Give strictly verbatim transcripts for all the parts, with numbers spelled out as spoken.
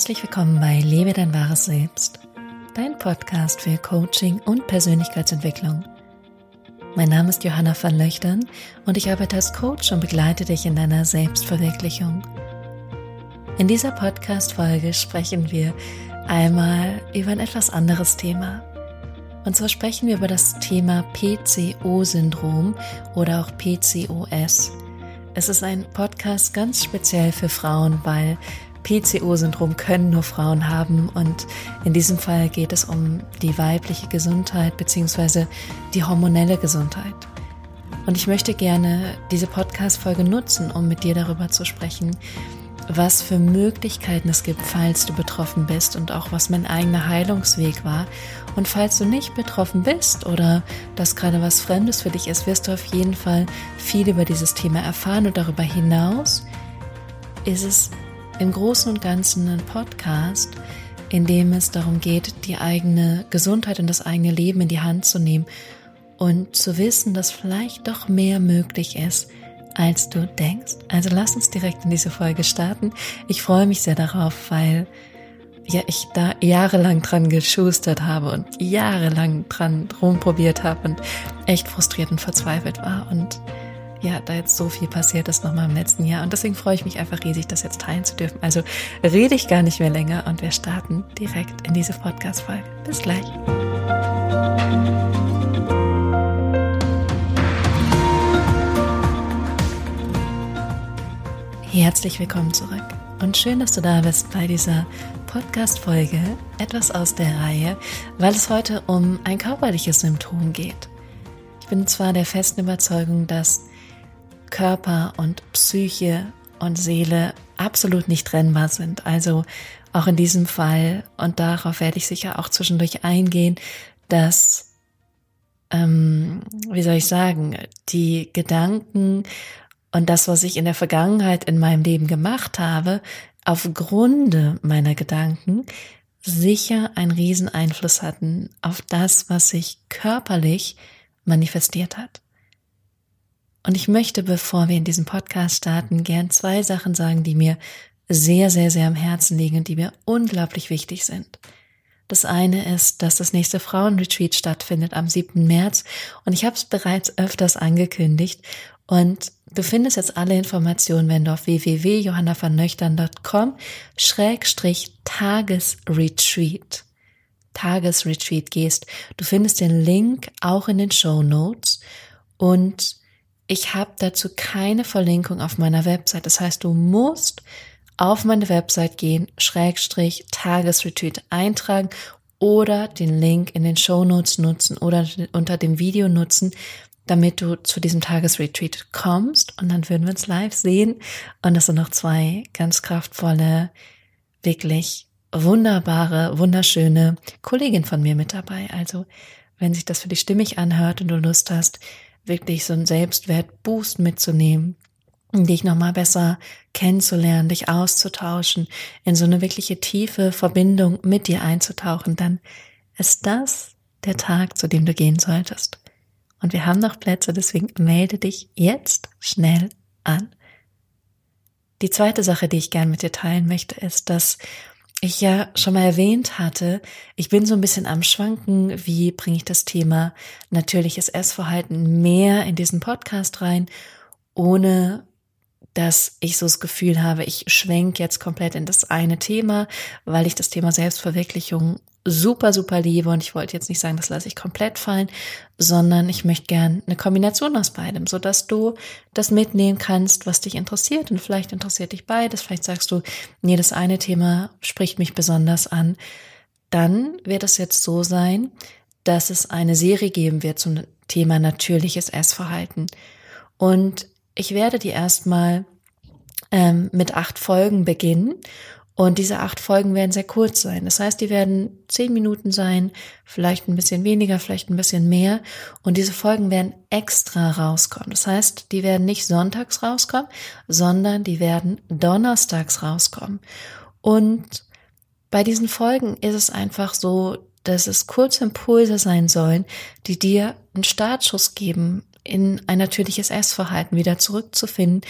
Herzlich willkommen bei Lebe dein wahres Selbst, dein Podcast für Coaching und Persönlichkeitsentwicklung. Mein Name ist Johanna van Löchtern und ich arbeite als Coach und begleite dich in deiner Selbstverwirklichung. In dieser Podcast-Folge sprechen wir einmal über ein etwas anderes Thema. Und zwar sprechen wir über das Thema P C O-Syndrom oder auch P C O S. Es ist ein Podcast ganz speziell für Frauen, weil P C O-Syndrom können nur Frauen haben und in diesem Fall geht es um die weibliche Gesundheit bzw. die hormonelle Gesundheit. Und ich möchte gerne diese Podcast-Folge nutzen, um mit dir darüber zu sprechen, was für Möglichkeiten es gibt, falls du betroffen bist und auch was mein eigener Heilungsweg war. Und falls du nicht betroffen bist oder das gerade was Fremdes für dich ist, wirst du auf jeden Fall viel über dieses Thema erfahren und darüber hinaus ist es im Großen und Ganzen ein Podcast, in dem es darum geht, die eigene Gesundheit und das eigene Leben in die Hand zu nehmen und zu wissen, dass vielleicht doch mehr möglich ist, als du denkst. Also lass uns direkt in diese Folge starten. Ich freue mich sehr darauf, weil ja ich da jahrelang dran geschustert habe und jahrelang dran rumprobiert habe und echt frustriert und verzweifelt war und ja, da jetzt so viel passiert ist nochmal im letzten Jahr und deswegen freue ich mich einfach riesig, das jetzt teilen zu dürfen. Also rede ich gar nicht mehr länger und wir starten direkt in diese Podcast-Folge. Bis gleich. Herzlich willkommen zurück und schön, dass du da bist bei dieser Podcast-Folge, etwas aus der Reihe, weil es heute um ein körperliches Symptom geht. Ich bin zwar der festen Überzeugung, dass Körper und Psyche und Seele absolut nicht trennbar sind, also auch in diesem Fall, und darauf werde ich sicher auch zwischendurch eingehen, dass, ähm, wie soll ich sagen, die Gedanken und das, was ich in der Vergangenheit in meinem Leben gemacht habe, aufgrund meiner Gedanken sicher einen riesen Einfluss hatten auf das, was sich körperlich manifestiert hat. Und ich möchte, bevor wir in diesen Podcast starten, gern zwei Sachen sagen, die mir sehr, sehr, sehr am Herzen liegen und die mir unglaublich wichtig sind. Das eine ist, dass das nächste Frauenretreat stattfindet am siebten März und ich habe es bereits öfters angekündigt und du findest jetzt alle Informationen, wenn du auf w w w punkt johanna van löchtern punkt com Schrägstrich Tagesretreat Tagesretreat gehst. Du findest den Link auch in den Shownotes und ich habe dazu keine Verlinkung auf meiner Website. Das heißt, du musst auf meine Website gehen, Schrägstrich Tagesretreat eintragen oder den Link in den Shownotes nutzen oder unter dem Video nutzen, damit du zu diesem Tagesretreat kommst und dann würden wir uns live sehen. Und es sind noch zwei ganz kraftvolle, wirklich wunderbare, wunderschöne Kolleginnen von mir mit dabei. Also wenn sich das für dich stimmig anhört und du Lust hast, wirklich so einen Selbstwert-Boost mitzunehmen, dich nochmal besser kennenzulernen, dich auszutauschen, in so eine wirkliche tiefe Verbindung mit dir einzutauchen, dann ist das der Tag, zu dem du gehen solltest. Und wir haben noch Plätze, deswegen melde dich jetzt schnell an. Die zweite Sache, die ich gern mit dir teilen möchte, ist, dass ich ja schon mal erwähnt hatte, ich bin so ein bisschen am Schwanken, wie bringe ich das Thema natürliches Essverhalten mehr in diesen Podcast rein, ohne dass ich so das Gefühl habe, ich schwenke jetzt komplett in das eine Thema, weil ich das Thema Selbstverwirklichung super, super liebe und ich wollte jetzt nicht sagen, das lasse ich komplett fallen, sondern ich möchte gern eine Kombination aus beidem, sodass du das mitnehmen kannst, was dich interessiert und vielleicht interessiert dich beides, vielleicht sagst du, nee, das eine Thema spricht mich besonders an, dann wird es jetzt so sein, dass es eine Serie geben wird zum Thema natürliches Essverhalten und ich werde die erstmal ähm, mit acht Folgen beginnen. Und diese acht Folgen werden sehr kurz sein. Das heißt, die werden zehn Minuten sein, vielleicht ein bisschen weniger, vielleicht ein bisschen mehr. Und diese Folgen werden extra rauskommen. Das heißt, die werden nicht sonntags rauskommen, sondern die werden donnerstags rauskommen. Und bei diesen Folgen ist es einfach so, dass es kurze Impulse sein sollen, die dir einen Startschuss geben, in ein natürliches Essverhalten wieder zurückzufinden,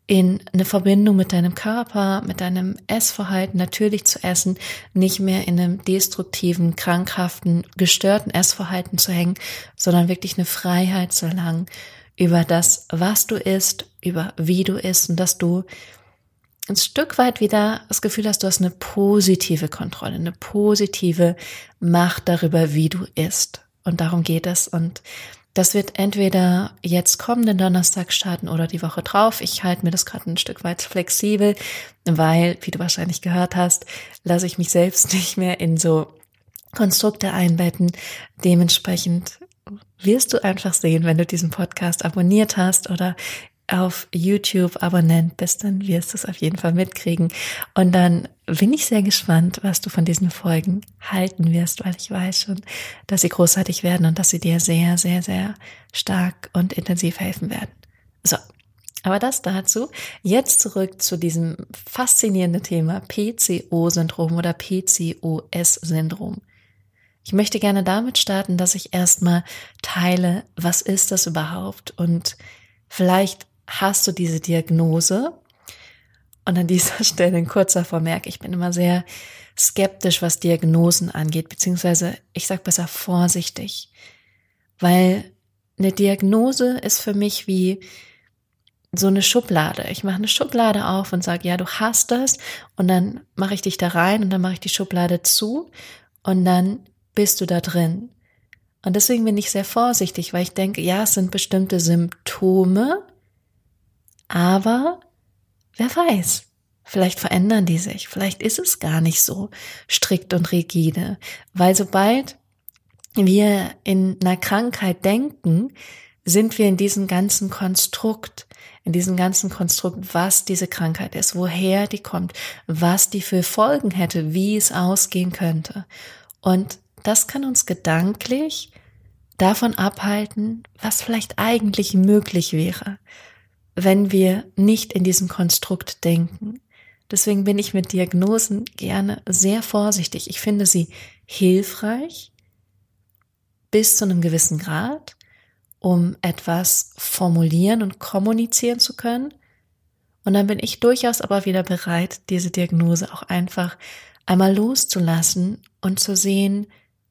in eine Verbindung mit deinem Körper, mit deinem Essverhalten natürlich zu essen, nicht mehr in einem destruktiven, krankhaften, gestörten Essverhalten zu hängen, sondern wirklich eine Freiheit zu erlangen über das, was du isst, über wie du isst und dass du ein Stück weit wieder das Gefühl hast, du hast eine positive Kontrolle, eine positive Macht darüber, wie du isst. Und darum geht es. Und das wird entweder jetzt kommenden Donnerstag starten oder die Woche drauf. Ich halte mir das gerade ein Stück weit flexibel, weil, wie du wahrscheinlich gehört hast, lasse ich mich selbst nicht mehr in so Konstrukte einbetten. Dementsprechend wirst du einfach sehen, wenn du diesen Podcast abonniert hast oder auf YouTube Abonnent bist, dann wirst du es auf jeden Fall mitkriegen. Und dann bin ich sehr gespannt, was du von diesen Folgen halten wirst, weil ich weiß schon, dass sie großartig werden und dass sie dir sehr, sehr, sehr stark und intensiv helfen werden. So, aber das dazu. Jetzt zurück zu diesem faszinierenden Thema P C O-Syndrom oder P C O S-Syndrom. Ich möchte gerne damit starten, dass ich erstmal teile, was ist das überhaupt? Und vielleicht hast du diese Diagnose? Und an dieser Stelle ein kurzer Vermerk. Ich bin immer sehr skeptisch, was Diagnosen angeht, beziehungsweise ich sage besser vorsichtig, weil eine Diagnose ist für mich wie so eine Schublade. Ich mache eine Schublade auf und sage, ja, du hast das, und dann mache ich dich da rein und dann mache ich die Schublade zu und dann bist du da drin. Und deswegen bin ich sehr vorsichtig, weil ich denke, ja, es sind bestimmte Symptome, aber wer weiß, vielleicht verändern die sich, vielleicht ist es gar nicht so strikt und rigide, weil sobald wir in einer Krankheit denken, sind wir in diesem ganzen Konstrukt, in diesem ganzen Konstrukt, was diese Krankheit ist, woher die kommt, was die für Folgen hätte, wie es ausgehen könnte. Und das kann uns gedanklich davon abhalten, was vielleicht eigentlich möglich wäre, wenn wir nicht in diesem Konstrukt denken. Deswegen bin ich mit Diagnosen gerne sehr vorsichtig. Ich finde sie hilfreich bis zu einem gewissen Grad, um etwas formulieren und kommunizieren zu können. Und dann bin ich durchaus aber wieder bereit, diese Diagnose auch einfach einmal loszulassen und zu sehen,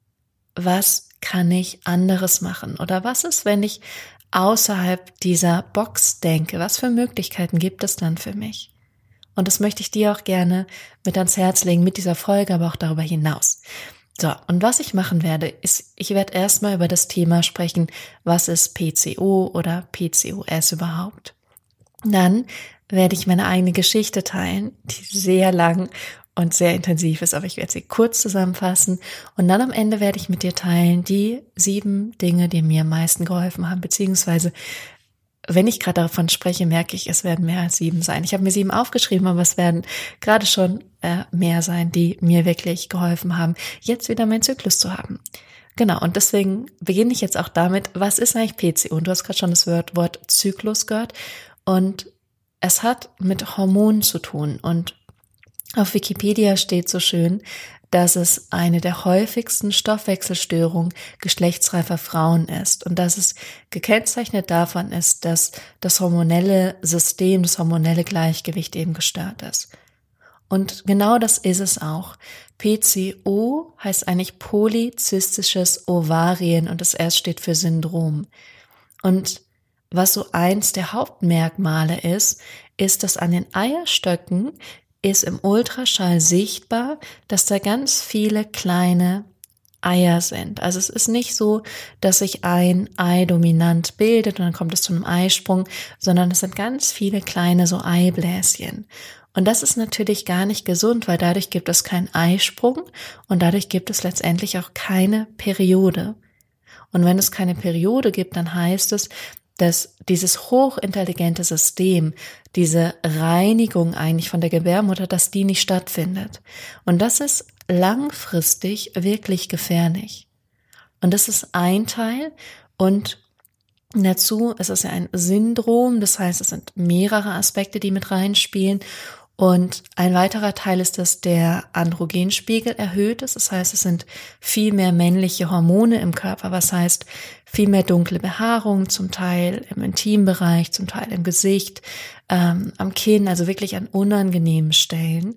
was kann ich anderes machen? Oder was ist, wenn ich außerhalb dieser Box denke? Was für Möglichkeiten gibt es dann für mich? Und das möchte ich dir auch gerne mit ans Herz legen, mit dieser Folge, aber auch darüber hinaus. So, und was ich machen werde, ist, ich werde erstmal über das Thema sprechen, was ist P C O oder P C O S überhaupt? Dann werde ich meine eigene Geschichte teilen, die sehr lang und sehr intensiv ist, aber ich werde sie kurz zusammenfassen. Und dann am Ende werde ich mit dir teilen die sieben Dinge, die mir am meisten geholfen haben, beziehungsweise wenn ich gerade davon spreche, merke ich, es werden mehr als sieben sein. Ich habe mir sieben aufgeschrieben, aber es werden gerade schon äh, mehr sein, die mir wirklich geholfen haben, jetzt wieder meinen Zyklus zu haben. Genau, und deswegen beginne ich jetzt auch damit, was ist eigentlich P C O? Und du hast gerade schon das Wort, Wort Zyklus gehört. Und es hat mit Hormonen zu tun. Und auf Wikipedia steht so schön, dass es eine der häufigsten Stoffwechselstörungen geschlechtsreifer Frauen ist und dass es gekennzeichnet davon ist, dass das hormonelle System, das hormonelle Gleichgewicht eben gestört ist. Und genau das ist es auch. P C O heißt eigentlich polyzystisches Ovarien und das S steht für Syndrom. Und was so eins der Hauptmerkmale ist, ist, dass an den Eierstöcken ist im Ultraschall sichtbar, dass da ganz viele kleine Eier sind. Also es ist nicht so, dass sich ein Ei dominant bildet und dann kommt es zu einem Eisprung, sondern es sind ganz viele kleine so Eibläschen. Und das ist natürlich gar nicht gesund, weil dadurch gibt es keinen Eisprung und dadurch gibt es letztendlich auch keine Periode. Und wenn es keine Periode gibt, dann heißt es, dass dieses hochintelligente System, diese Reinigung eigentlich von der Gebärmutter, dass die nicht stattfindet. Und das ist langfristig wirklich gefährlich. Und das ist ein Teil. Und dazu ist es ja ein Syndrom, das heißt, es sind mehrere Aspekte, die mit reinspielen. Und ein weiterer Teil ist, dass der Androgenspiegel erhöht ist. Das heißt, es sind viel mehr männliche Hormone im Körper, was heißt viel mehr dunkle Behaarung, zum Teil im Intimbereich, zum Teil im Gesicht, ähm, am Kinn, also wirklich an unangenehmen Stellen.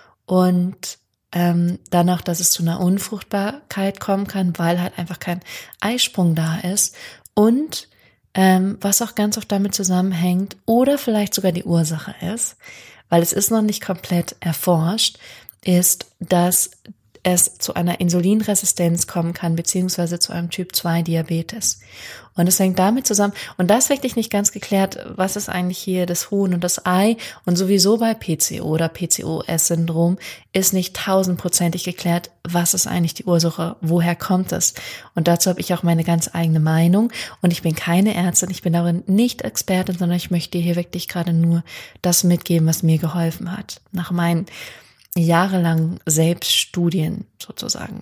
Und ähm, dann auch, dass es zu einer Unfruchtbarkeit kommen kann, weil halt einfach kein Eisprung da ist. Und ähm, was auch ganz oft damit zusammenhängt oder vielleicht sogar die Ursache ist, weil es ist noch nicht komplett erforscht, ist, dass es zu einer Insulinresistenz kommen kann, beziehungsweise zu einem Typ zwei Diabetes. Und es hängt damit zusammen, und da ist wirklich nicht ganz geklärt, was ist eigentlich hier das Huhn und das Ei, und sowieso bei P C O oder P C O S-Syndrom ist nicht tausendprozentig geklärt, was ist eigentlich die Ursache, woher kommt es. Und dazu habe ich auch meine ganz eigene Meinung, und ich bin keine Ärztin, ich bin darin nicht Expertin, sondern ich möchte dir hier wirklich gerade nur das mitgeben, was mir geholfen hat, nach meinen jahrelangen Selbststudien sozusagen.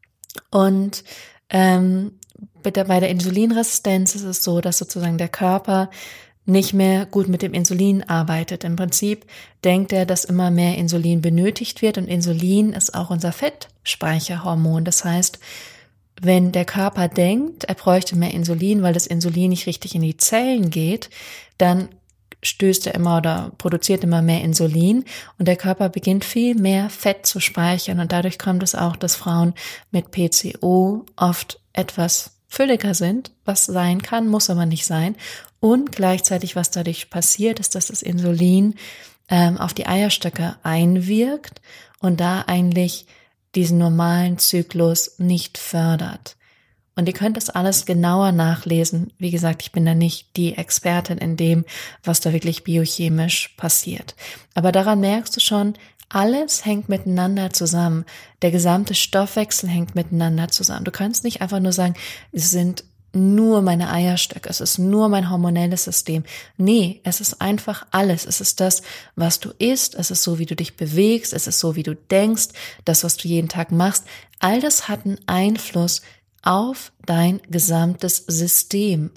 Und ähm, bei der Insulinresistenz ist es so, dass sozusagen der Körper nicht mehr gut mit dem Insulin arbeitet. Im Prinzip denkt er, dass immer mehr Insulin benötigt wird, und Insulin ist auch unser Fettspeicherhormon. Das heißt, wenn der Körper denkt, er bräuchte mehr Insulin, weil das Insulin nicht richtig in die Zellen geht, dann stößt er immer oder produziert immer mehr Insulin, und der Körper beginnt viel mehr Fett zu speichern, und dadurch kommt es auch, dass Frauen mit P C O oft etwas fülliger sind, was sein kann, muss aber nicht sein, und gleichzeitig, was dadurch passiert, ist, dass das Insulin ähm, auf die Eierstöcke einwirkt und da eigentlich diesen normalen Zyklus nicht fördert. Und ihr könnt das alles genauer nachlesen. Wie gesagt, ich bin da nicht die Expertin in dem, was da wirklich biochemisch passiert. Aber daran merkst du schon, alles hängt miteinander zusammen. Der gesamte Stoffwechsel hängt miteinander zusammen. Du kannst nicht einfach nur sagen, es sind nur meine Eierstöcke, es ist nur mein hormonelles System. Nee, es ist einfach alles. Es ist das, was du isst, es ist so, wie du dich bewegst, es ist so, wie du denkst, das, was du jeden Tag machst. All das hat einen Einfluss auf dein gesamtes System.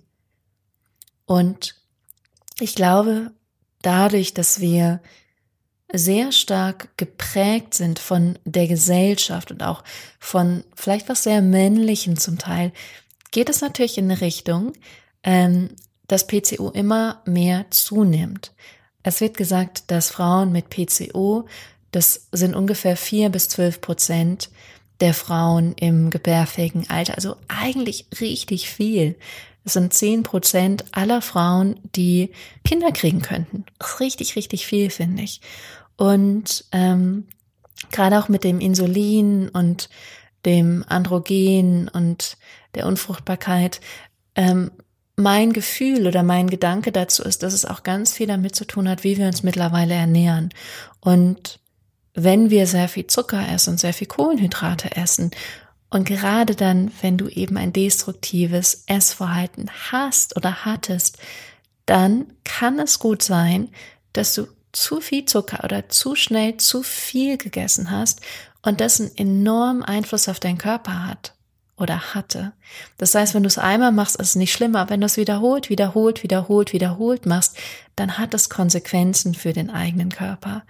Und ich glaube, dadurch, dass wir sehr stark geprägt sind von der Gesellschaft und auch von vielleicht was sehr Männlichen zum Teil, geht es natürlich in eine Richtung, ähm, dass P C O immer mehr zunimmt. Es wird gesagt, dass Frauen mit P C O, das sind ungefähr vier bis zwölf Prozent der Frauen im gebärfähigen Alter, also eigentlich richtig viel. Das sind zehn Prozent aller Frauen, die Kinder kriegen könnten. Das ist richtig, richtig viel, finde ich. Und ähm, gerade auch mit dem Insulin und dem Androgen und der Unfruchtbarkeit, ähm, mein Gefühl oder mein Gedanke dazu ist, dass es auch ganz viel damit zu tun hat, wie wir uns mittlerweile ernähren. Und wenn wir sehr viel Zucker essen und sehr viel Kohlenhydrate essen, und gerade dann, wenn du eben ein destruktives Essverhalten hast oder hattest, dann kann es gut sein, dass du zu viel Zucker oder zu schnell zu viel gegessen hast und das einen enormen Einfluss auf deinen Körper hat oder hatte. Das heißt, wenn du es einmal machst, ist es nicht schlimmer. Wenn du es wiederholt, wiederholt, wiederholt, wiederholt machst, dann hat es Konsequenzen für den eigenen Körper.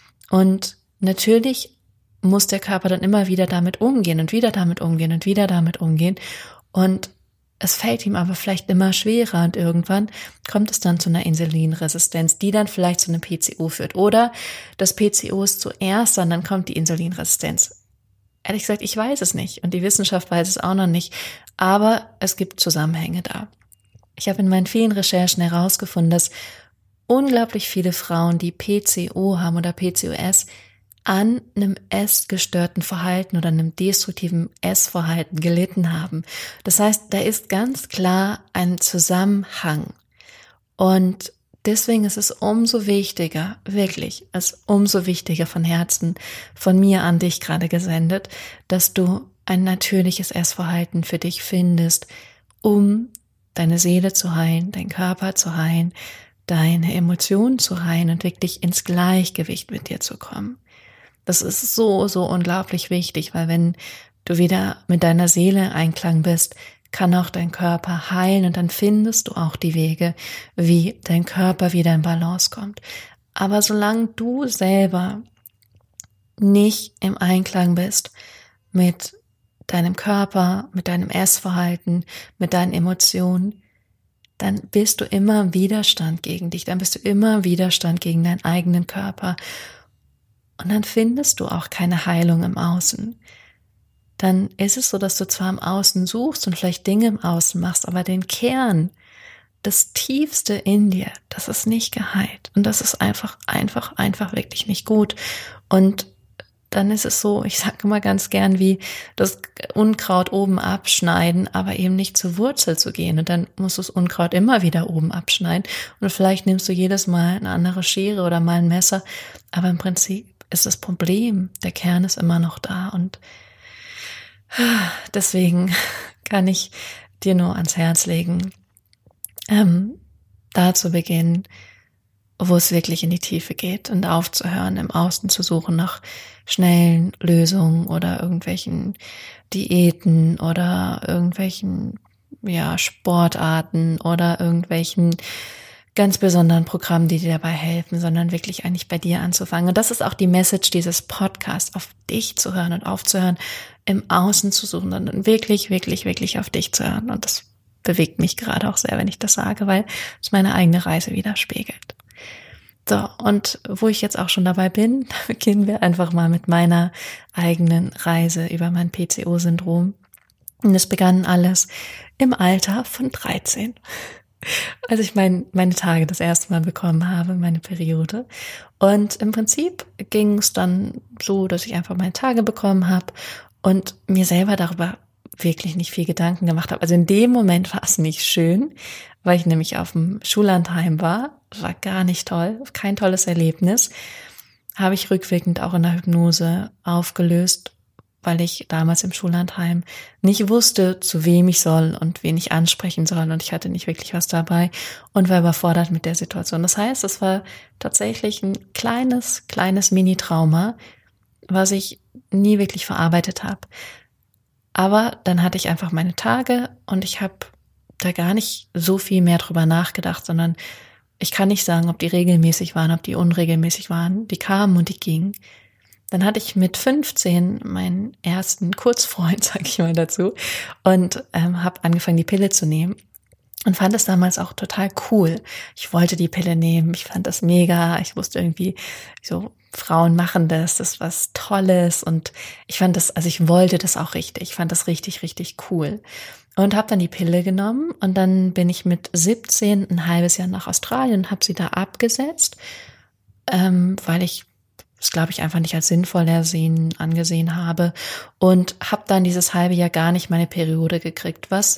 Und natürlich muss der Körper dann immer wieder damit umgehen und wieder damit umgehen und wieder damit umgehen. Und es fällt ihm aber vielleicht immer schwerer, und irgendwann kommt es dann zu einer Insulinresistenz, die dann vielleicht zu einem P C O führt. Oder das P C O ist zuerst, und dann kommt die Insulinresistenz. Ehrlich gesagt, ich weiß es nicht, und die Wissenschaft weiß es auch noch nicht, aber es gibt Zusammenhänge da. Ich habe in meinen vielen Recherchen herausgefunden, dass unglaublich viele Frauen, die P C O haben oder P C O S, an einem essgestörten Verhalten oder einem destruktiven Essverhalten gelitten haben. Das heißt, da ist ganz klar ein Zusammenhang. Und deswegen ist es umso wichtiger, wirklich, es ist umso wichtiger von Herzen, von mir an dich gerade gesendet, dass du ein natürliches Essverhalten für dich findest, um deine Seele zu heilen, deinen Körper zu heilen, deine Emotionen zu heilen und wirklich ins Gleichgewicht mit dir zu kommen. Das ist so, so unglaublich wichtig, weil wenn du wieder mit deiner Seele in Einklang bist, kann auch dein Körper heilen, und dann findest du auch die Wege, wie dein Körper wieder in Balance kommt. Aber solange du selber nicht im Einklang bist mit deinem Körper, mit deinem Essverhalten, mit deinen Emotionen, dann bist du immer Widerstand gegen dich, dann bist du immer Widerstand gegen deinen eigenen Körper. Und dann findest du auch keine Heilung im Außen. Dann ist es so, dass du zwar im Außen suchst und vielleicht Dinge im Außen machst, aber den Kern, das Tiefste in dir, das ist nicht geheilt. Und das ist einfach, einfach, einfach wirklich nicht gut. Und dann ist es so, ich sage immer ganz gern, wie das Unkraut oben abschneiden, aber eben nicht zur Wurzel zu gehen. Und dann musst du das Unkraut immer wieder oben abschneiden. Und vielleicht nimmst du jedes Mal eine andere Schere oder mal ein Messer. Aber im Prinzip ist das Problem, der Kern ist immer noch da. Und deswegen kann ich dir nur ans Herz legen, ähm, da zu beginnen, wo es wirklich in die Tiefe geht und aufzuhören, im Außen zu suchen nach schnellen Lösungen oder irgendwelchen Diäten oder irgendwelchen ja Sportarten oder irgendwelchen ganz besonderen Programmen, die dir dabei helfen, sondern wirklich eigentlich bei dir anzufangen. Und das ist auch die Message dieses Podcasts, auf dich zu hören und aufzuhören, im Außen zu suchen, sondern wirklich, wirklich, wirklich auf dich zu hören. Und das bewegt mich gerade auch sehr, wenn ich das sage, weil es meine eigene Reise widerspiegelt. So, und wo ich jetzt auch schon dabei bin, da beginnen wir einfach mal mit meiner eigenen Reise über mein P C O-Syndrom. Und es begann alles im Alter von dreizehn. Als ich mein, meine Tage das erste Mal bekommen habe, meine Periode. Und im Prinzip ging es dann so, dass ich einfach meine Tage bekommen habe und mir selber darüber wirklich nicht viel Gedanken gemacht habe. Also in dem Moment war es nicht schön, weil ich nämlich auf dem Schullandheim war. War gar nicht toll, kein tolles Erlebnis. Habe ich rückwirkend auch in der Hypnose aufgelöst, weil ich damals im Schullandheim nicht wusste, zu wem ich soll und wen ich ansprechen soll. Und ich hatte nicht wirklich was dabei und war überfordert mit der Situation. Das heißt, es war tatsächlich ein kleines, kleines Mini-Trauma, was ich nie wirklich verarbeitet habe. Aber dann hatte ich einfach meine Tage und ich habe da gar nicht so viel mehr drüber nachgedacht, sondern ich kann nicht sagen, ob die regelmäßig waren, ob die unregelmäßig waren. Die kamen und die gingen. Dann hatte ich mit fünfzehn meinen ersten Kurzfreund, sag ich mal dazu, und ähm, habe angefangen, die Pille zu nehmen. Und fand es damals auch total cool. Ich wollte die Pille nehmen, ich fand das mega. Ich wusste irgendwie, so Frauen machen das, das ist was Tolles. Und ich fand das, also ich wollte das auch richtig. Ich fand das richtig, richtig cool. Und habe dann die Pille genommen und dann bin ich mit siebzehn ein halbes Jahr nach Australien und habe sie da abgesetzt, ähm, weil ich es, glaube ich, einfach nicht als sinnvoll ersehen, angesehen habe. Und habe dann dieses halbe Jahr gar nicht meine Periode gekriegt, was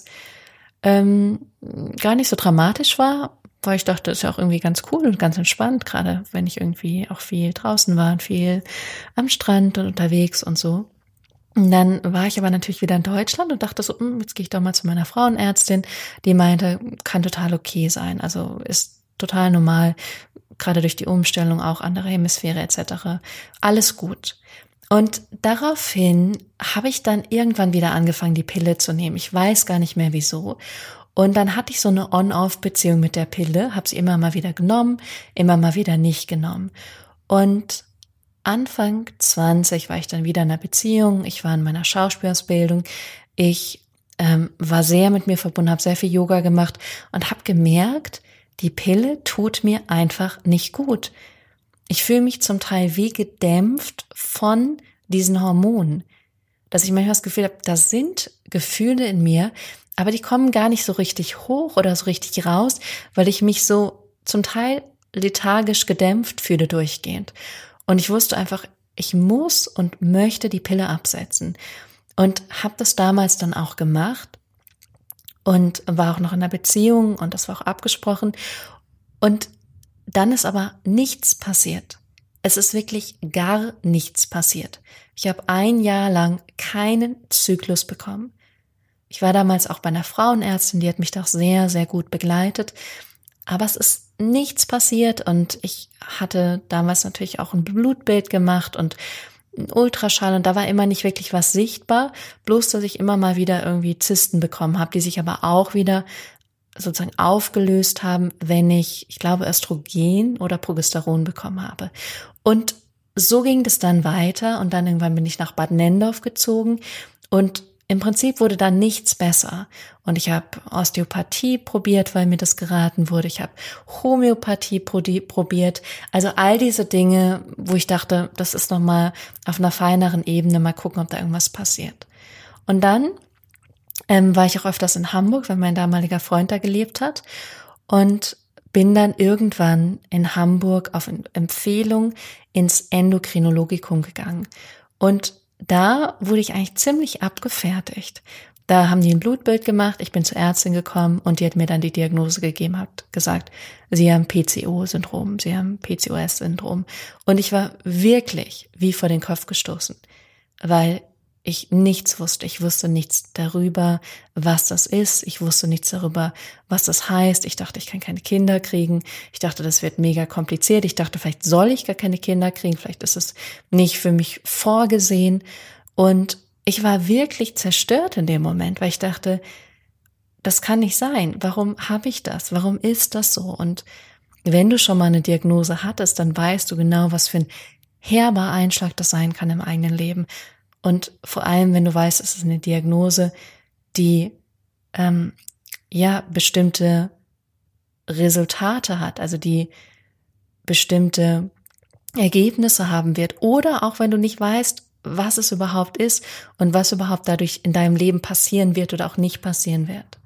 Ähm, gar nicht so dramatisch war, weil ich dachte, das ist ja auch irgendwie ganz cool und ganz entspannt, gerade wenn ich irgendwie auch viel draußen war und viel am Strand und unterwegs und so. Und dann war ich aber natürlich wieder in Deutschland und dachte so, hm, jetzt gehe ich doch mal zu meiner Frauenärztin, die meinte, kann total okay sein, also ist total normal, gerade durch die Umstellung auch andere Hemisphäre et cetera. Alles gut. Und daraufhin habe ich dann irgendwann wieder angefangen, die Pille zu nehmen. Ich weiß gar nicht mehr wieso. Und dann hatte ich so eine On-Off-Beziehung mit der Pille, habe sie immer mal wieder genommen, immer mal wieder nicht genommen. Und Anfang zwanzig war ich dann wieder in einer Beziehung. Ich war in meiner Schauspielausbildung. Ich ähm, war sehr mit mir verbunden, habe sehr viel Yoga gemacht und habe gemerkt, die Pille tut mir einfach nicht gut. Ich fühle mich zum Teil wie gedämpft von diesen Hormonen, dass ich manchmal das Gefühl habe, da sind Gefühle in mir, aber die kommen gar nicht so richtig hoch oder so richtig raus, weil ich mich so zum Teil lethargisch gedämpft fühle durchgehend. Und ich wusste einfach, ich muss und möchte die Pille absetzen und habe das damals dann auch gemacht und war auch noch in einer Beziehung und das war auch abgesprochen und dann ist aber nichts passiert. Es ist wirklich gar nichts passiert. Ich habe ein Jahr lang keinen Zyklus bekommen. Ich war damals auch bei einer Frauenärztin, die hat mich doch sehr, sehr gut begleitet. Aber es ist nichts passiert und ich hatte damals natürlich auch ein Blutbild gemacht und einen Ultraschall und da war immer nicht wirklich was sichtbar. Bloß, dass ich immer mal wieder irgendwie Zysten bekommen habe, die sich aber auch wieder sozusagen aufgelöst haben, wenn ich, ich glaube, Östrogen oder Progesteron bekommen habe. Und so ging das dann weiter und dann irgendwann bin ich nach Bad Nenndorf gezogen und im Prinzip wurde dann nichts besser. Und ich habe Osteopathie probiert, weil mir das geraten wurde. Ich habe Homöopathie probiert. Also all diese Dinge, wo ich dachte, das ist nochmal auf einer feineren Ebene, mal gucken, ob da irgendwas passiert. Und dann ähm, war ich auch öfters in Hamburg, weil mein damaliger Freund da gelebt hat. Und bin dann irgendwann in Hamburg auf Empfehlung ins Endokrinologikum gegangen. Und da wurde ich eigentlich ziemlich abgefertigt. Da haben die ein Blutbild gemacht, ich bin zur Ärztin gekommen und die hat mir dann die Diagnose gegeben, hat gesagt, sie haben P C O-Syndrom, sie haben P C O S-Syndrom. Und ich war wirklich wie vor den Kopf gestoßen, weil ich nichts wusste. Ich wusste nichts darüber, was das ist. Ich wusste nichts darüber, was das heißt. Ich dachte, ich kann keine Kinder kriegen. Ich dachte, das wird mega kompliziert. Ich dachte, vielleicht soll ich gar keine Kinder kriegen. Vielleicht ist es nicht für mich vorgesehen. Und ich war wirklich zerstört in dem Moment, weil ich dachte, das kann nicht sein. Warum habe ich das? Warum ist das so? Und wenn du schon mal eine Diagnose hattest, dann weißt du genau, was für ein herber Einschlag das sein kann im eigenen Leben. Und vor allem, wenn du weißt, es ist eine Diagnose, die ähm, ja bestimmte Resultate hat, also die bestimmte Ergebnisse haben wird. Oder auch wenn du nicht weißt, was es überhaupt ist und was überhaupt dadurch in deinem Leben passieren wird oder auch nicht passieren wird.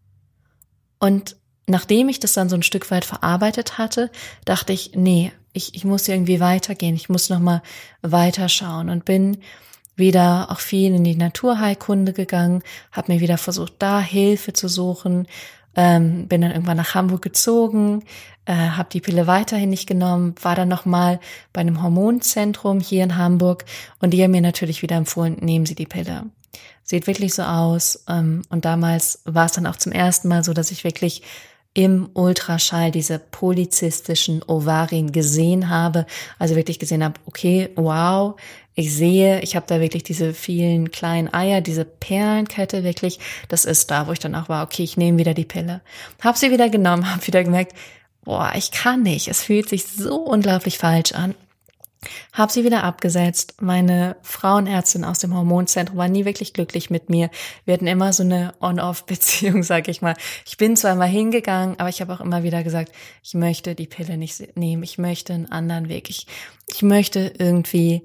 Und nachdem ich das dann so ein Stück weit verarbeitet hatte, dachte ich, nee, ich, ich muss irgendwie weitergehen, ich muss nochmal weiterschauen und bin wieder auch viel in die Naturheilkunde gegangen, habe mir wieder versucht, da Hilfe zu suchen, ähm, bin dann irgendwann nach Hamburg gezogen, äh, habe die Pille weiterhin nicht genommen, war dann nochmal bei einem Hormonzentrum hier in Hamburg und die haben mir natürlich wieder empfohlen, nehmen Sie die Pille. Sieht wirklich so aus ähm, und damals war es dann auch zum ersten Mal so, dass ich wirklich im Ultraschall diese polyzystischen Ovarien gesehen habe, also wirklich gesehen habe, okay, wow, ich sehe, ich habe da wirklich diese vielen kleinen Eier, diese Perlenkette wirklich, das ist da, wo ich dann auch war, okay, ich nehme wieder die Pille. Hab sie wieder genommen, habe wieder gemerkt, boah, ich kann nicht, es fühlt sich so unglaublich falsch an. Hab sie wieder abgesetzt. Meine Frauenärztin aus dem Hormonzentrum war nie wirklich glücklich mit mir. Wir hatten immer so eine On-Off-Beziehung, sag ich mal. Ich bin zwar mal hingegangen, aber ich habe auch immer wieder gesagt, ich möchte die Pille nicht nehmen. Ich möchte einen anderen Weg. Ich, ich möchte irgendwie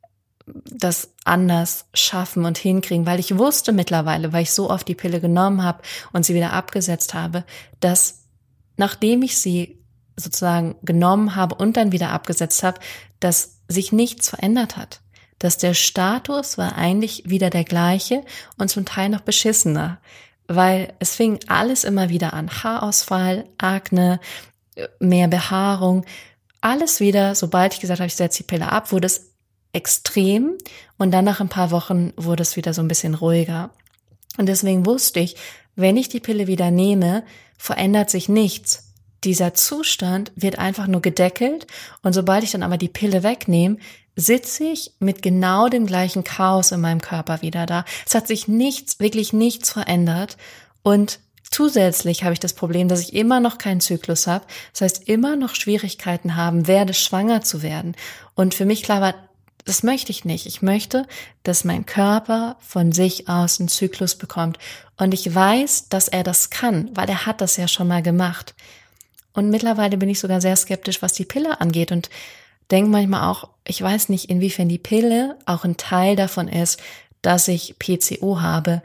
das anders schaffen und hinkriegen, weil ich wusste mittlerweile, weil ich so oft die Pille genommen habe und sie wieder abgesetzt habe, dass nachdem ich sie sozusagen genommen habe und dann wieder abgesetzt habe, dass sich nichts verändert hat. Dass der Status war eigentlich wieder der gleiche und zum Teil noch beschissener, weil es fing alles immer wieder an. Haarausfall, Akne, mehr Behaarung, alles wieder, sobald ich gesagt habe, ich setze die Pille ab, wurde es extrem und dann nach ein paar Wochen wurde es wieder so ein bisschen ruhiger. Und deswegen wusste ich, wenn ich die Pille wieder nehme, verändert sich nichts. Dieser Zustand wird einfach nur gedeckelt und sobald ich dann aber die Pille wegnehme, sitze ich mit genau dem gleichen Chaos in meinem Körper wieder da. Es hat sich nichts, wirklich nichts verändert und zusätzlich habe ich das Problem, dass ich immer noch keinen Zyklus habe. Das heißt, immer noch Schwierigkeiten haben werde, schwanger zu werden. Und für mich klar war, das möchte ich nicht. Ich möchte, dass mein Körper von sich aus einen Zyklus bekommt. Und ich weiß, dass er das kann, weil er hat das ja schon mal gemacht. Und mittlerweile bin ich sogar sehr skeptisch, was die Pille angeht und denke manchmal auch, ich weiß nicht, inwiefern die Pille auch ein Teil davon ist, dass ich P C O habe,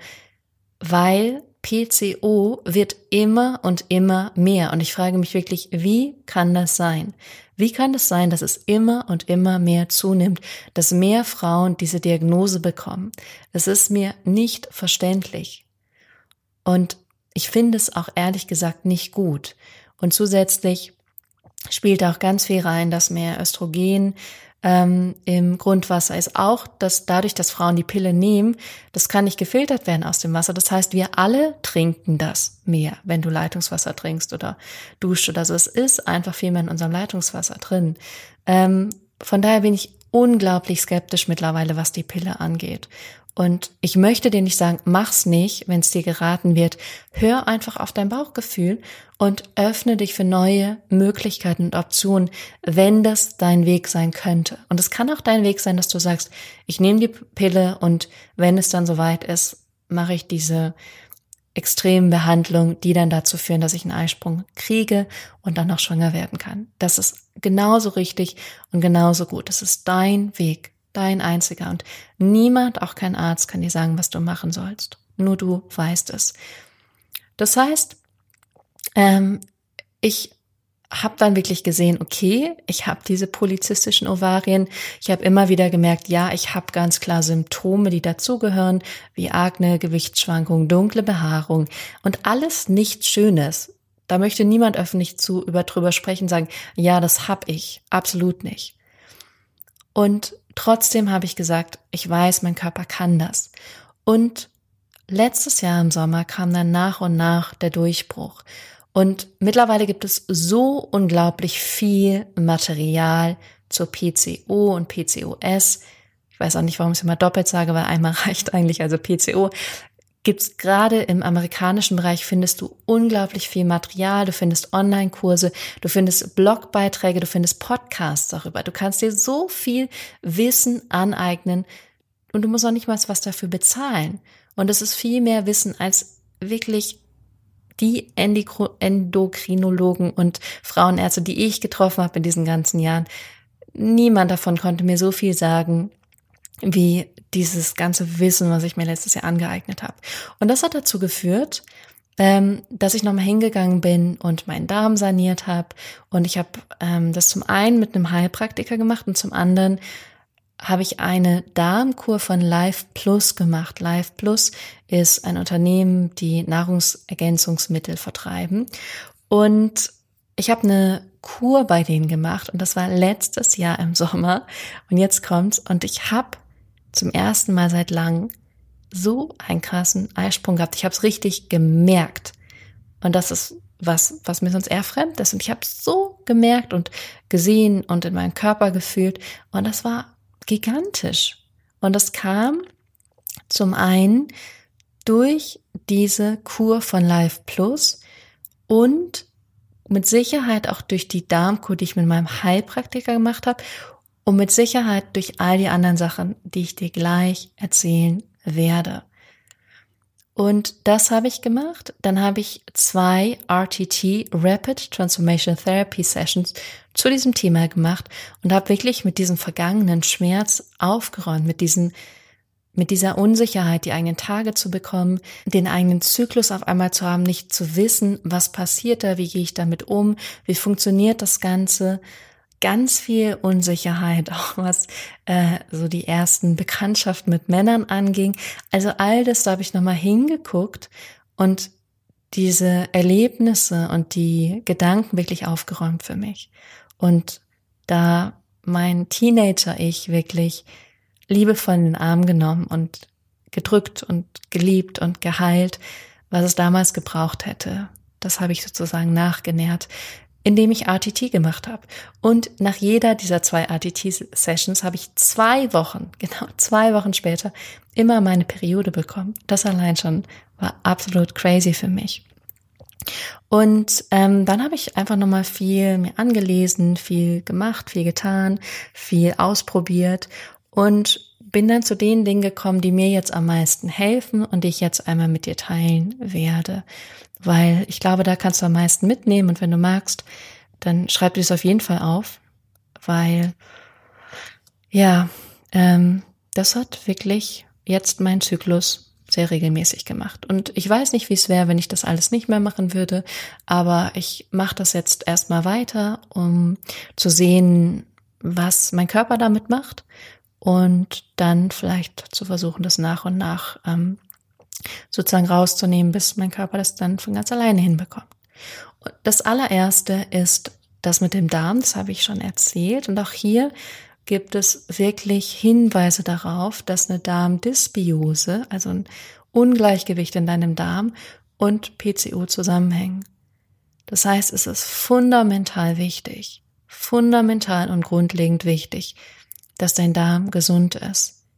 weil P C O wird immer und immer mehr. Und ich frage mich wirklich, wie kann das sein? Wie kann es sein, dass es immer und immer mehr zunimmt, dass mehr Frauen diese Diagnose bekommen? Es ist mir nicht verständlich. Und ich finde es auch ehrlich gesagt nicht gut. Und zusätzlich spielt auch ganz viel rein, dass mehr Östrogen ähm, im Grundwasser ist. Auch, dass dadurch, dass Frauen die Pille nehmen, das kann nicht gefiltert werden aus dem Wasser. Das heißt, wir alle trinken das mehr, wenn du Leitungswasser trinkst oder duscht oder so. Es ist einfach viel mehr in unserem Leitungswasser drin. Ähm, von daher bin ich unglaublich skeptisch mittlerweile, was die Pille angeht. Und ich möchte dir nicht sagen, mach's nicht, wenn es dir geraten wird. Hör einfach auf dein Bauchgefühl und öffne dich für neue Möglichkeiten und Optionen, wenn das dein Weg sein könnte. Und es kann auch dein Weg sein, dass du sagst, ich nehme die Pille und wenn es dann soweit ist, mache ich diese extremen Behandlungen, die dann dazu führen, dass ich einen Eisprung kriege und dann noch schwanger werden kann. Das ist genauso richtig und genauso gut. Das ist dein Weg. Dein einziger. Und niemand, auch kein Arzt, kann dir sagen, was du machen sollst. Nur du weißt es. Das heißt, ähm, ich habe dann wirklich gesehen, okay, ich habe diese polyzystischen Ovarien. Ich habe immer wieder gemerkt, ja, ich habe ganz klar Symptome, die dazugehören, wie Akne, Gewichtsschwankungen, dunkle Behaarung und alles nichts Schönes. Da möchte niemand öffentlich zu über drüber sprechen, sagen, ja, das habe ich. Absolut nicht. Und trotzdem habe ich gesagt, ich weiß, mein Körper kann das. Und letztes Jahr im Sommer kam dann nach und nach der Durchbruch. Und mittlerweile gibt es so unglaublich viel Material zur P C O und P C O S. Ich weiß auch nicht, warum ich es immer doppelt sage, weil einmal reicht eigentlich, also P C O. Gibt's gerade im amerikanischen Bereich, findest du unglaublich viel Material, du findest Online-Kurse, du findest Blogbeiträge, du findest Podcasts darüber. Du kannst dir so viel Wissen aneignen und du musst auch nicht mal was dafür bezahlen. Und es ist viel mehr Wissen als wirklich die Endokrinologen und Frauenärzte, die ich getroffen habe in diesen ganzen Jahren. Niemand davon konnte mir so viel sagen, wie dieses ganze Wissen, was ich mir letztes Jahr angeeignet habe. Und das hat dazu geführt, ähm, dass ich nochmal hingegangen bin und meinen Darm saniert habe. Und ich habe ähm, das zum einen mit einem Heilpraktiker gemacht und zum anderen habe ich eine Darmkur von Life Plus gemacht. Life Plus ist ein Unternehmen, die Nahrungsergänzungsmittel vertreiben. Und ich habe eine Kur bei denen gemacht und das war letztes Jahr im Sommer. Und jetzt kommt's und ich habe zum ersten Mal seit langem so einen krassen Eisprung gehabt. Ich habe es richtig gemerkt. Und das ist was, was mir sonst eher fremd ist. Und ich habe es so gemerkt und gesehen und in meinem Körper gefühlt. Und das war gigantisch. Und das kam zum einen durch diese Kur von Life Plus und mit Sicherheit auch durch die Darmkur, die ich mit meinem Heilpraktiker gemacht habe und mit Sicherheit durch all die anderen Sachen, die ich dir gleich erzählen werde. Und das habe ich gemacht. Dann habe ich zwei R T T, Rapid Transformation Therapy Sessions, zu diesem Thema gemacht und habe wirklich mit diesem vergangenen Schmerz aufgeräumt, mit diesen, mit dieser Unsicherheit, die eigenen Tage zu bekommen, den eigenen Zyklus auf einmal zu haben, nicht zu wissen, was passiert da, wie gehe ich damit um, wie funktioniert das Ganze. Ganz viel Unsicherheit, auch was äh, so die ersten Bekanntschaften mit Männern anging. Also all das, da habe ich nochmal hingeguckt und diese Erlebnisse und die Gedanken wirklich aufgeräumt für mich. Und da mein Teenager-Ich wirklich liebevoll in den Arm genommen und gedrückt und geliebt und geheilt, was es damals gebraucht hätte. Das habe ich sozusagen nachgenährt, indem ich R T T gemacht habe. Und nach jeder dieser zwei R T T-Sessions habe ich zwei Wochen, genau zwei Wochen später, immer meine Periode bekommen. Das allein schon war absolut crazy für mich. Und ähm, dann habe ich einfach nochmal viel mir angelesen, viel gemacht, viel getan, viel ausprobiert und bin dann zu den Dingen gekommen, die mir jetzt am meisten helfen und die ich jetzt einmal mit dir teilen werde. Weil ich glaube, da kannst du am meisten mitnehmen und wenn du magst, dann schreib dir das auf jeden Fall auf, weil ja, ähm, das hat wirklich jetzt meinen Zyklus sehr regelmäßig gemacht. Und ich weiß nicht, wie es wäre, wenn ich das alles nicht mehr machen würde, aber ich mache das jetzt erstmal weiter, um zu sehen, was mein Körper damit macht und dann vielleicht zu versuchen, das nach und nach ähm, sozusagen rauszunehmen, bis mein Körper das dann von ganz alleine hinbekommt. Und das allererste ist das mit dem Darm, das habe ich schon erzählt. Und auch hier gibt es wirklich Hinweise darauf, dass eine Darmdysbiose, also ein Ungleichgewicht in deinem Darm und P C O zusammenhängen. Das heißt, es ist fundamental wichtig, fundamental und grundlegend wichtig, dass dein Darm gesund ist.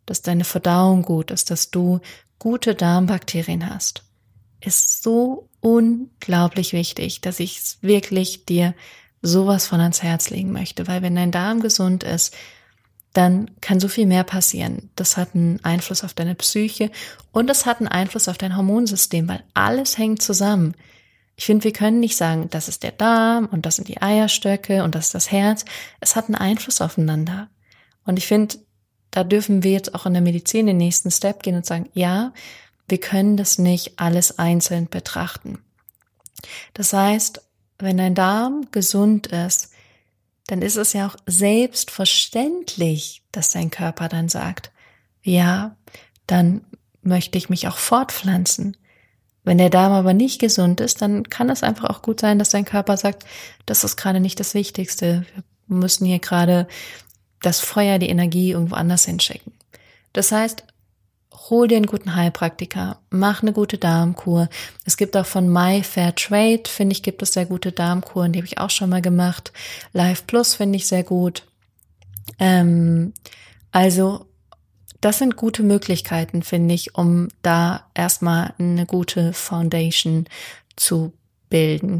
dass deine Verdauung gut ist, dass du gute Darmbakterien hast, ist so unglaublich wichtig, dass ich es wirklich dir sowas von ans Herz legen möchte, weil wenn dein Darm gesund ist, dann kann so viel mehr passieren. Das hat einen Einfluss auf deine Psyche und das hat einen Einfluss auf dein Hormonsystem, weil alles hängt zusammen. Ich finde, wir können nicht sagen, das ist der Darm und das sind die Eierstöcke und das ist das Herz. Es hat einen Einfluss aufeinander. Und ich finde, da dürfen wir jetzt auch in der Medizin den nächsten Step gehen und sagen, ja, wir können das nicht alles einzeln betrachten. Das heißt, wenn dein Darm gesund ist, dann ist es ja auch selbstverständlich, dass dein Körper dann sagt, ja, dann möchte ich mich auch fortpflanzen. Wenn der Darm aber nicht gesund ist, dann kann es einfach auch gut sein, dass dein Körper sagt, das ist gerade nicht das Wichtigste. Wir müssen hier gerade das Feuer, die Energie irgendwo anders hinschicken. Das heißt, hol dir einen guten Heilpraktiker, mach eine gute Darmkur. Es gibt auch von My Fair Trade, finde ich, gibt es sehr gute Darmkuren, die habe ich auch schon mal gemacht. Life Plus finde ich sehr gut. Ähm, also das sind gute Möglichkeiten, finde ich, um da erstmal eine gute Foundation zu bilden.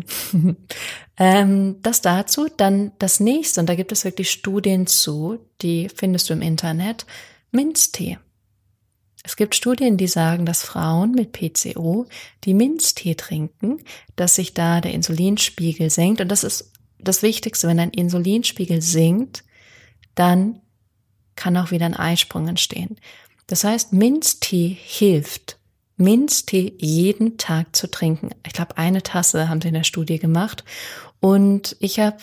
ähm, das dazu, dann das nächste, und da gibt es wirklich Studien zu, die findest du im Internet, Minztee. Es gibt Studien, die sagen, dass Frauen mit P C O, die Minztee trinken, dass sich da der Insulinspiegel senkt. Und das ist das Wichtigste, wenn dein Insulinspiegel sinkt, dann kann auch wieder ein Eisprung entstehen. Das heißt, Minztee hilft, Minztee jeden Tag zu trinken. Ich glaube, eine Tasse haben sie in der Studie gemacht. Und ich habe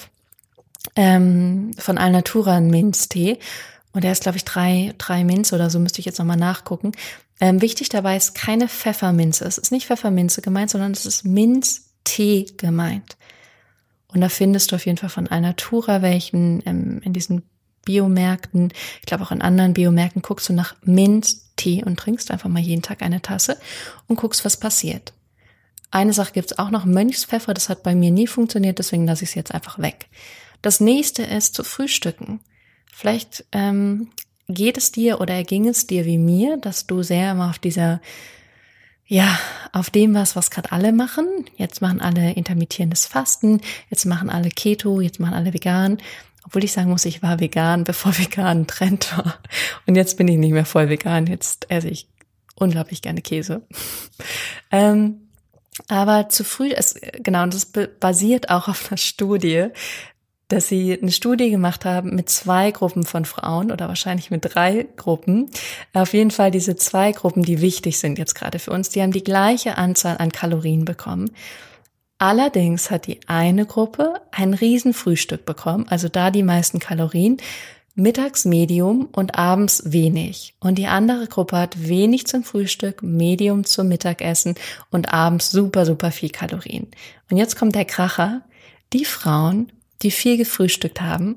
ähm, von Alnatura einen Minztee. Und der ist, glaube ich, drei, drei Minze oder so, müsste ich jetzt nochmal nachgucken. Ähm, wichtig dabei ist keine Pfefferminze. Es ist nicht Pfefferminze gemeint, sondern es ist Minztee gemeint. Und da findest du auf jeden Fall von Alnatura welchen ähm, in diesen Biomärkten. Ich glaube auch in anderen Biomärkten guckst du nach Minztee und trinkst einfach mal jeden Tag eine Tasse und guckst, was passiert. Eine Sache gibt's auch noch, Mönchspfeffer, das hat bei mir nie funktioniert, deswegen lasse ich es jetzt einfach weg. Das nächste ist zu frühstücken. Vielleicht ähm, geht es dir oder erging es dir wie mir, dass du sehr immer auf dieser, ja, auf dem was, was gerade alle machen. Jetzt machen alle intermittierendes Fasten, jetzt machen alle Keto, jetzt machen alle vegan. Obwohl ich sagen muss, ich war vegan, bevor vegan ein Trend war. Und jetzt bin ich nicht mehr voll vegan, jetzt esse ich unglaublich gerne Käse. ähm, aber zu früh, es, genau, und das basiert auch auf einer Studie, dass sie eine Studie gemacht haben mit zwei Gruppen von Frauen oder wahrscheinlich mit drei Gruppen. Auf jeden Fall diese zwei Gruppen, die wichtig sind jetzt gerade für uns, die haben die gleiche Anzahl an Kalorien bekommen. Allerdings hat die eine Gruppe ein Riesenfrühstück bekommen, also da die meisten Kalorien, mittags Medium und abends wenig. Und die andere Gruppe hat wenig zum Frühstück, Medium zum Mittagessen und abends super, super viel Kalorien. Und jetzt kommt der Kracher, die Frauen, die viel gefrühstückt haben,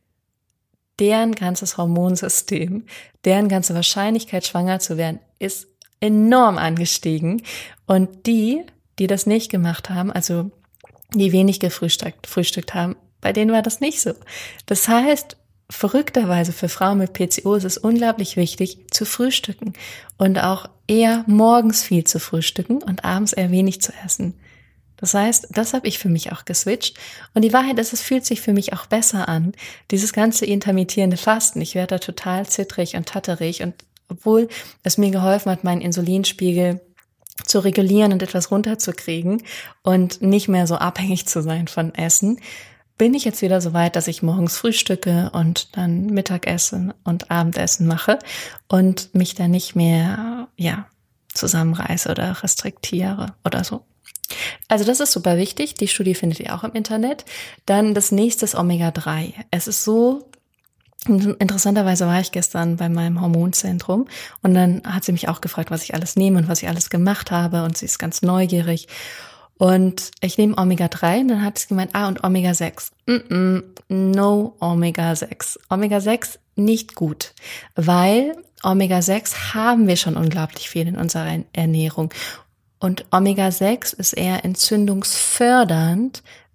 deren ganzes Hormonsystem, deren ganze Wahrscheinlichkeit, schwanger zu werden, ist enorm angestiegen. Und die, die das nicht gemacht haben, also die wenig gefrühstückt frühstückt haben, bei denen war das nicht so. Das heißt, verrückterweise für Frauen mit P C O ist es unglaublich wichtig, zu frühstücken und auch eher morgens viel zu frühstücken und abends eher wenig zu essen. Das heißt, das habe ich für mich auch geswitcht. Und die Wahrheit ist, es fühlt sich für mich auch besser an. Dieses ganze intermittierende Fasten, ich werde da total zittrig und tatterig. Und obwohl es mir geholfen hat, meinen Insulinspiegel zu regulieren und etwas runterzukriegen und nicht mehr so abhängig zu sein von Essen, bin ich jetzt wieder so weit, dass ich morgens frühstücke und dann Mittagessen und Abendessen mache und mich dann nicht mehr, ja, zusammenreiße oder restriktiere oder so. Also das ist super wichtig. Die Studie findet ihr auch im Internet. Dann das nächste ist Omega drei. Es ist so, interessanterweise war ich gestern bei meinem Hormonzentrum und dann hat sie mich auch gefragt, was ich alles nehme und was ich alles gemacht habe und sie ist ganz neugierig. Und ich nehme Omega drei und dann hat sie gemeint, ah und Omega sechs. Mm-mm, no Omega sechs. Omega sechs nicht gut, weil Omega sechs haben wir schon unglaublich viel in unserer Ernährung. Und Omega sechs ist eher entzündungsfördernd,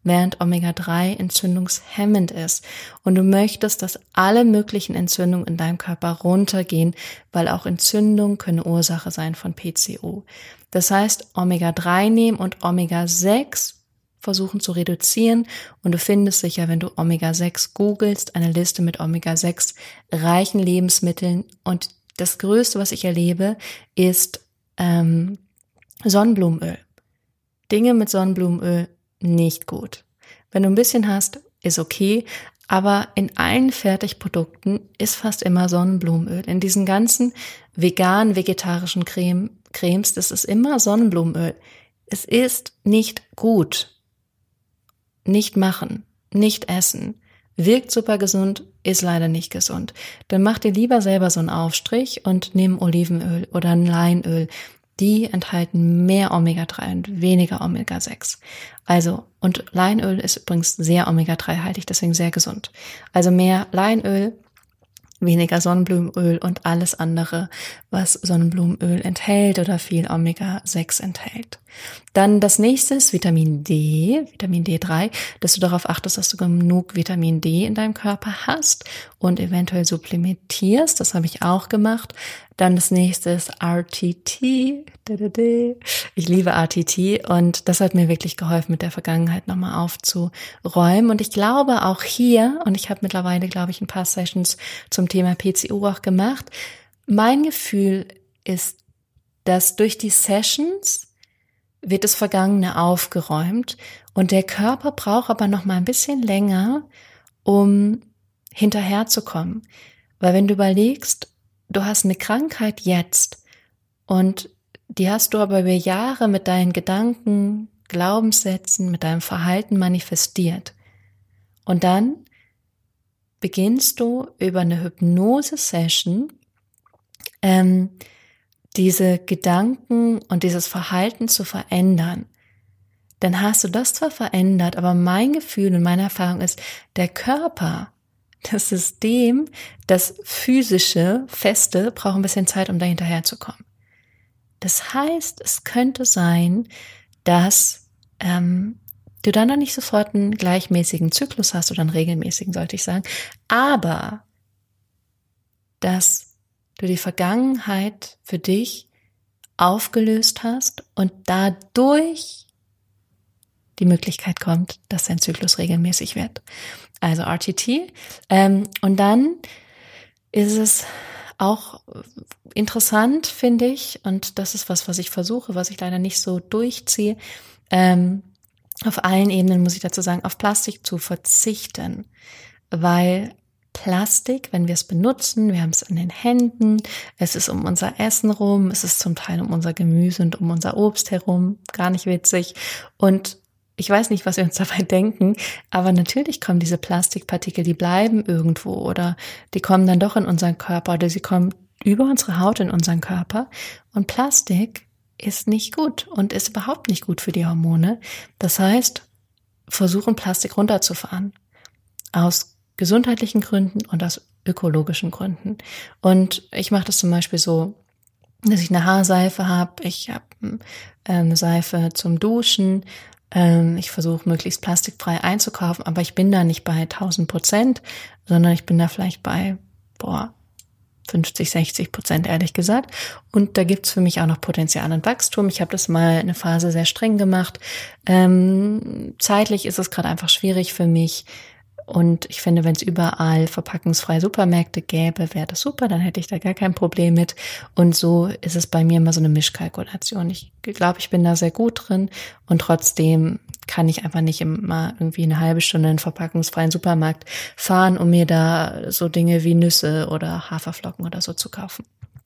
während Omega drei entzündungshemmend ist. Und du möchtest, dass alle möglichen Entzündungen in deinem Körper runtergehen, weil auch Entzündungen können Ursache sein von P C O. Das heißt, Omega drei nehmen und Omega sechs versuchen zu reduzieren, und du findest sicher, wenn du Omega sechs googelst, eine Liste mit Omega sechs reichen Lebensmitteln, und das Größte, was ich erlebe, ist ähm, Sonnenblumenöl. Dinge mit Sonnenblumenöl nicht gut. Wenn du ein bisschen hast, ist okay, aber in allen Fertigprodukten ist fast immer Sonnenblumenöl. In diesen ganzen vegan, vegetarischen Creme, Cremes, das ist immer Sonnenblumenöl. Es ist nicht gut. Nicht machen, nicht essen. Wirkt super gesund, ist leider nicht gesund. Dann mach dir lieber selber so einen Aufstrich und nimm Olivenöl oder ein Leinöl. Die enthalten mehr Omega drei und weniger Omega sechs. Also, und Leinöl ist übrigens sehr Omega drei haltig, deswegen sehr gesund. Also mehr Leinöl, weniger Sonnenblumenöl und alles andere, was Sonnenblumenöl enthält oder viel Omega sechs enthält. Dann das nächste ist Vitamin D, Vitamin D drei, dass du darauf achtest, dass du genug Vitamin D in deinem Körper hast und eventuell supplementierst. Das habe ich auch gemacht. Dann das nächste ist R T T. Ich liebe R T T und das hat mir wirklich geholfen, mit der Vergangenheit nochmal aufzuräumen. Und ich glaube auch hier, und ich habe mittlerweile, glaube ich, ein paar Sessions zum Thema P C O auch gemacht, mein Gefühl ist, dass durch die Sessions wird das Vergangene aufgeräumt und der Körper braucht aber noch mal ein bisschen länger, um hinterherzukommen. Weil wenn du überlegst, du hast eine Krankheit jetzt und die hast du aber über Jahre mit deinen Gedanken, Glaubenssätzen, mit deinem Verhalten manifestiert. Und dann beginnst du über eine Hypnose-Session ähm, diese Gedanken und dieses Verhalten zu verändern. Dann hast du das zwar verändert, aber mein Gefühl und meine Erfahrung ist, der Körper, das System, das physische, feste, braucht ein bisschen Zeit, um da hinterherzukommen. Das heißt, es könnte sein, dass ähm, du dann noch nicht sofort einen gleichmäßigen Zyklus hast oder einen regelmäßigen, sollte ich sagen, aber dass du die Vergangenheit für dich aufgelöst hast und dadurch die Möglichkeit kommt, dass dein Zyklus regelmäßig wird. Also R T T. Ähm, und dann ist es auch interessant, finde ich, und das ist was, was ich versuche, was ich leider nicht so durchziehe, ähm, auf allen Ebenen, muss ich dazu sagen, auf Plastik zu verzichten, weil Plastik, wenn wir es benutzen, wir haben es in den Händen, es ist um unser Essen rum, es ist zum Teil um unser Gemüse und um unser Obst herum, gar nicht witzig. Und ich weiß nicht, was wir uns dabei denken, aber natürlich kommen diese Plastikpartikel, die bleiben irgendwo oder die kommen dann doch in unseren Körper oder sie kommen über unsere Haut in unseren Körper. Und Plastik ist nicht gut und ist überhaupt nicht gut für die Hormone. Das heißt, versuchen Plastik runterzufahren. Aus gesundheitlichen Gründen und aus ökologischen Gründen. Und ich mache das zum Beispiel so, dass ich eine Haarseife habe, ich habe äh, eine Seife zum Duschen, ähm, ich versuche möglichst plastikfrei einzukaufen, aber ich bin da nicht bei tausend Prozent, sondern ich bin da vielleicht bei, boah, fünfzig, sechzig Prozent ehrlich gesagt. Und da gibt's für mich auch noch Potenzial und Wachstum. Ich habe das mal eine Phase sehr streng gemacht. Ähm, zeitlich ist es gerade einfach schwierig für mich. Und ich finde, wenn es überall verpackungsfreie Supermärkte gäbe, wäre das super, dann hätte ich da gar kein Problem mit. Und so ist es bei mir immer so eine Mischkalkulation. Ich glaube, ich bin da sehr gut drin und trotzdem kann ich einfach nicht immer irgendwie eine halbe Stunde in einen verpackungsfreien Supermarkt fahren, um mir da so Dinge wie Nüsse oder Haferflocken oder so zu kaufen.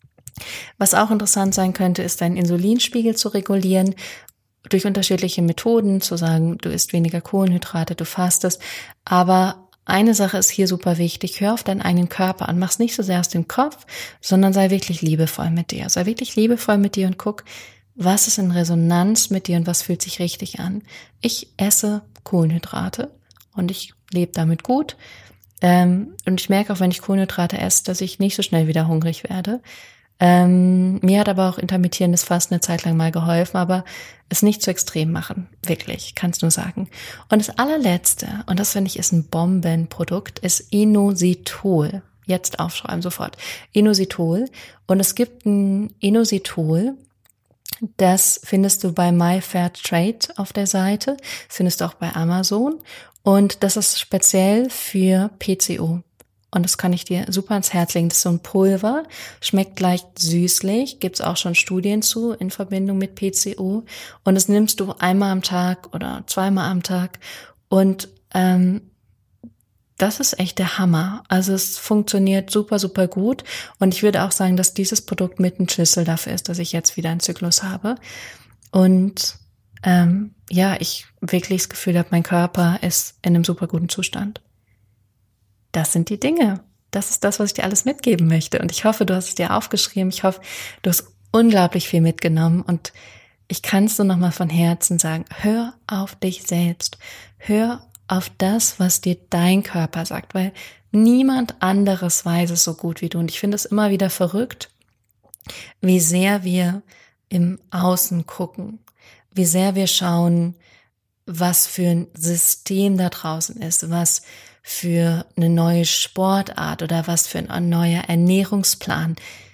Was auch interessant sein könnte, ist deinen Insulinspiegel zu regulieren. Durch unterschiedliche Methoden, zu sagen, du isst weniger Kohlenhydrate, du fastest. Aber eine Sache ist hier super wichtig, hör auf deinen eigenen Körper an, mach's nicht so sehr aus dem Kopf, sondern sei wirklich liebevoll mit dir. Sei wirklich liebevoll mit dir und guck, was ist in Resonanz mit dir und was fühlt sich richtig an. Ich esse Kohlenhydrate und ich lebe damit gut. Ähm, und ich merke auch, wenn ich Kohlenhydrate esse, dass ich nicht so schnell wieder hungrig werde. Ähm, mir hat aber auch intermittierendes Fasten eine Zeit lang mal geholfen, aber es nicht zu extrem machen, wirklich, kannst du sagen. Und das allerletzte, und das finde ich ist ein Bombenprodukt, ist Inositol. Jetzt aufschreiben, sofort. Inositol. Und es gibt ein Inositol, das findest du bei MyFairTrade auf der Seite, das findest du auch bei Amazon. Und das ist speziell für P C O. Und das kann ich dir super ans Herz legen. Das ist so ein Pulver, schmeckt leicht süßlich, gibt's auch schon Studien zu in Verbindung mit P C O. Und das nimmst du einmal am Tag oder zweimal am Tag. Und ähm, das ist echt der Hammer. Also es funktioniert super, super gut. Und ich würde auch sagen, dass dieses Produkt mit ein Schlüssel dafür ist, dass ich jetzt wieder einen Zyklus habe. Und ähm, ja, ich wirklich das Gefühl habe, mein Körper ist in einem super guten Zustand. Das sind die Dinge. Das ist das, was ich dir alles mitgeben möchte. Und ich hoffe, du hast es dir aufgeschrieben. Ich hoffe, du hast unglaublich viel mitgenommen. Und ich kann es nur nochmal von Herzen sagen, hör auf dich selbst. Hör auf das, was dir dein Körper sagt, weil niemand anderes weiß es so gut wie du. Und ich finde es immer wieder verrückt, wie sehr wir im Außen gucken, wie sehr wir schauen, was für ein System da draußen ist, was für eine neue Sportart oder was für ein neuer Ernährungsplan.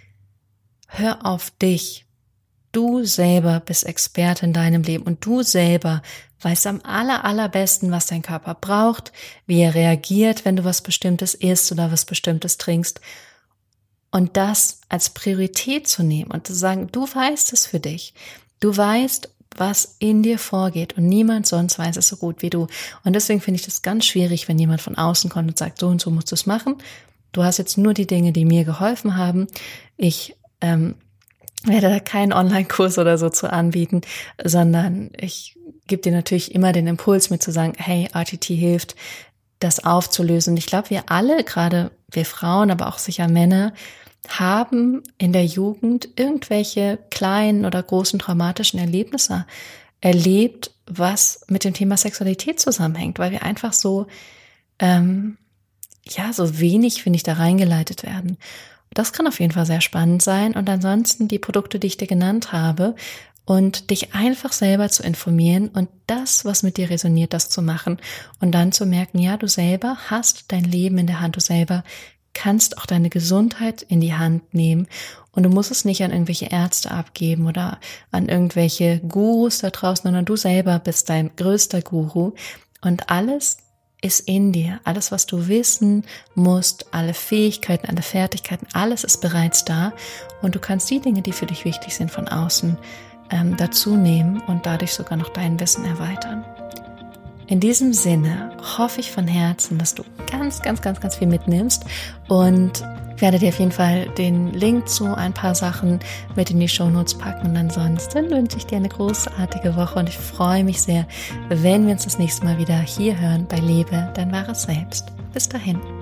Hör auf dich. Du selber bist Experte in deinem Leben und du selber weißt am aller, allerbesten, was dein Körper braucht, wie er reagiert, wenn du was Bestimmtes isst oder was Bestimmtes trinkst. Und das als Priorität zu nehmen und zu sagen, du weißt es für dich. Du weißt, was in dir vorgeht und niemand sonst weiß es so gut wie du. Und deswegen finde ich das ganz schwierig, wenn jemand von außen kommt und sagt, so und so musst du es machen. Du hast jetzt nur die Dinge, die mir geholfen haben. Ich ähm, werde da keinen Online-Kurs oder so zu anbieten, sondern ich gebe dir natürlich immer den Impuls mit zu sagen, hey, R T T hilft, das aufzulösen. Und ich glaube, wir alle, gerade wir Frauen, aber auch sicher Männer, haben in der Jugend irgendwelche kleinen oder großen traumatischen Erlebnisse erlebt, was mit dem Thema Sexualität zusammenhängt, weil wir einfach so, ähm, ja, so wenig, finde ich, da reingeleitet werden. Das kann auf jeden Fall sehr spannend sein. Und ansonsten die Produkte, die ich dir genannt habe, und dich einfach selber zu informieren und das, was mit dir resoniert, das zu machen und dann zu merken, ja, du selber hast dein Leben in der Hand, du selber kannst auch deine Gesundheit in die Hand nehmen und du musst es nicht an irgendwelche Ärzte abgeben oder an irgendwelche Gurus da draußen, sondern du selber bist dein größter Guru und alles ist in dir. Alles, was du wissen musst, alle Fähigkeiten, alle Fertigkeiten, alles ist bereits da und du kannst die Dinge, die für dich wichtig sind, von außen ähm, dazu nehmen und dadurch sogar noch dein Wissen erweitern. In diesem Sinne hoffe ich von Herzen, dass du ganz, ganz, ganz, ganz viel mitnimmst und werde dir auf jeden Fall den Link zu ein paar Sachen mit in die Shownotes packen und ansonsten wünsche ich dir eine großartige Woche und ich freue mich sehr, wenn wir uns das nächste Mal wieder hier hören bei Lebe dein wahres Selbst. Bis dahin.